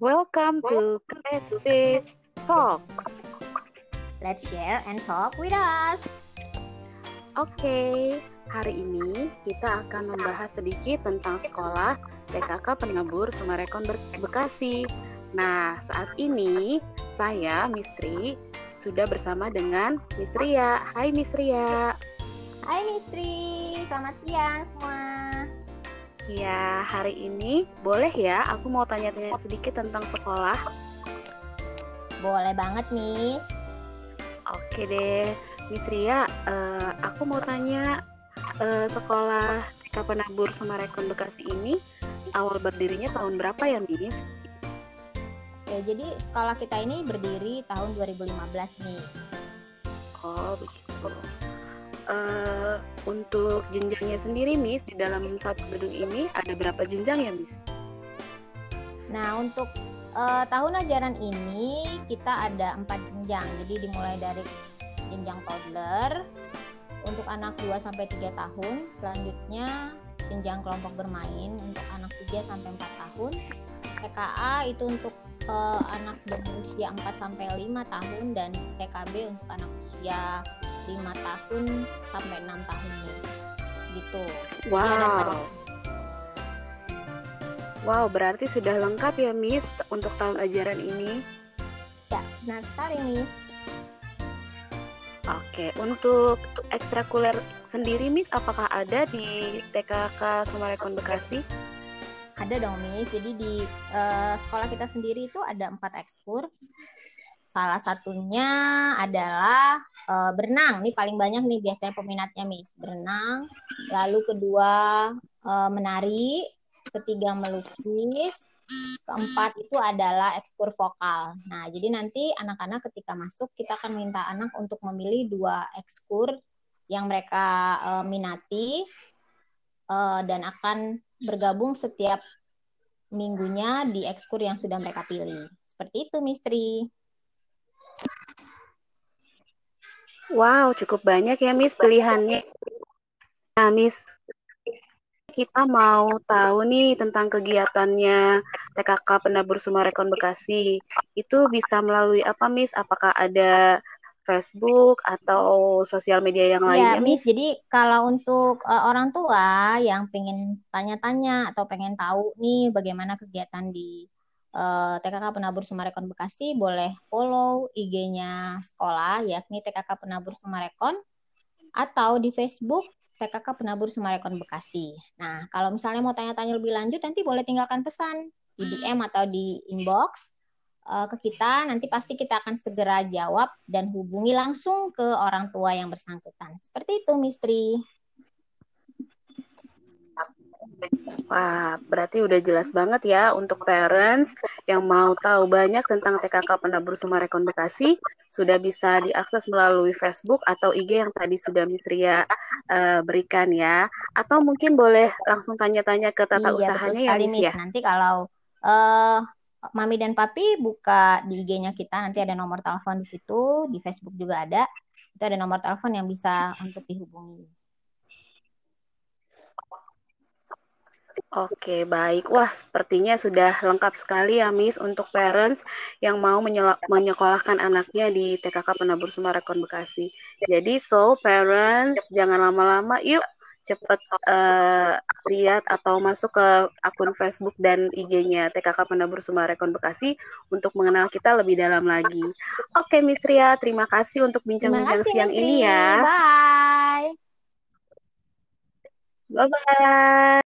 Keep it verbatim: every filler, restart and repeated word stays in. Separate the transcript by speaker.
Speaker 1: Welcome to Classmates Talk.
Speaker 2: Let's share and talk with us.
Speaker 1: Oke, hari ini kita akan membahas sedikit tentang sekolah T K K Penabur Sumarekon Bekasi. Nah, saat ini saya, Miss Tri, sudah bersama dengan Miss Ria. Hai Miss Ria.
Speaker 2: Hai Miss Tri, selamat siang semua.
Speaker 1: Ya, hari ini boleh ya aku mau tanya-tanya sedikit tentang sekolah?
Speaker 2: Boleh banget, Miss.
Speaker 1: Oke deh, Miss Ria, uh, aku mau tanya uh, sekolah T K Penabur Sumarekon Bekasi ini awal berdirinya tahun berapa ya, Miss?
Speaker 2: Oke, jadi sekolah kita ini berdiri tahun dua ribu lima belas, Miss.
Speaker 1: Oh, begitu. Uh, untuk jenjangnya sendiri, Miss, di dalam satu gedung ini ada berapa jenjang ya, Miss?
Speaker 2: Nah, untuk uh, tahun ajaran ini kita ada empat jenjang. Jadi dimulai dari jenjang toddler untuk anak dua sampai tiga tahun, selanjutnya jenjang kelompok bermain untuk anak tiga sampai empat tahun, T K A itu untuk uh, anak berusia empat sampai lima tahun, dan T K B untuk anak usia lima tahun sampai enam tahun, Miss. Gitu.
Speaker 1: Wow. Wow, berarti sudah lengkap ya, Miss, untuk tahun ajaran ini?
Speaker 2: Ya, benar sekali, Miss.
Speaker 1: Oke, untuk ekstrakurikuler sendiri, Miss, apakah ada di T K K Sumarekon Bekasi?
Speaker 2: Ada dong, Miss. Jadi di uh, sekolah kita sendiri itu ada empat ekskur. Salah satunya adalah uh, berenang. Nih paling banyak nih biasanya peminatnya, Miss. Berenang. Lalu kedua uh, menari. Ketiga melukis. Keempat itu adalah ekskur vokal. Nah, jadi nanti anak-anak ketika masuk kita akan minta anak untuk memilih dua ekskur yang mereka uh, minati uh, dan akan bergabung setiap minggunya di ekskur yang sudah mereka pilih. Seperti itu, Miss Tri.
Speaker 1: Wow, cukup banyak ya, Miss, pilihannya. Nah, Miss, kita mau tahu nih tentang kegiatannya T K K Penabur Sumarekon Bekasi. Itu bisa melalui apa, Miss? Apakah ada Facebook atau sosial media yang lainnya,
Speaker 2: Ya, Miss.
Speaker 1: Miss?
Speaker 2: Jadi kalau untuk uh, orang tua yang pengen tanya-tanya atau pengen tahu nih bagaimana kegiatan di uh, T K K Penabur Sumarekon Bekasi, boleh follow I G-nya sekolah, yakni T K K Penabur Sumarekon, atau di Facebook T K K Penabur Sumarekon Bekasi. Nah, kalau misalnya mau tanya-tanya lebih lanjut, nanti boleh tinggalkan pesan di D M atau di inbox uh, ke kita. Nanti pasti kita akan segera jawab dan hubungi langsung ke orang tua yang bersangkutan. Seperti itu, Mistri.
Speaker 1: Wah, berarti udah jelas banget ya untuk parents yang mau tahu banyak tentang T K K Penabur Sumarekon Bekasi, sudah bisa diakses melalui Facebook atau I G yang tadi sudah Miss Ria uh, berikan ya. Atau mungkin boleh langsung tanya-tanya ke tata
Speaker 2: Iya, betul
Speaker 1: usahanya ya,
Speaker 2: sekali,
Speaker 1: Miss
Speaker 2: Miss.
Speaker 1: ya?
Speaker 2: Nanti kalau uh, Mami dan Papi buka di I G-nya kita, nanti ada nomor telepon di situ, di Facebook juga ada. Itu ada nomor telepon yang bisa untuk dihubungi.
Speaker 1: Oke, baik. Wah, sepertinya sudah lengkap sekali ya, Miss, untuk parents yang mau menyela- menyekolahkan anaknya di T K K Penabur Sumarekon Bekasi. Jadi, so parents, jangan lama-lama, yuk cepat uh, lihat atau masuk ke akun Facebook dan I G-nya T K K Penabur Sumarekon Bekasi untuk mengenal kita lebih dalam lagi. Oke, Miss Ria, terima kasih untuk
Speaker 2: Terima
Speaker 1: bincang-bincang
Speaker 2: kasih,
Speaker 1: siang
Speaker 2: Mistri.
Speaker 1: ini ya.
Speaker 2: Bye.
Speaker 1: Bye-bye.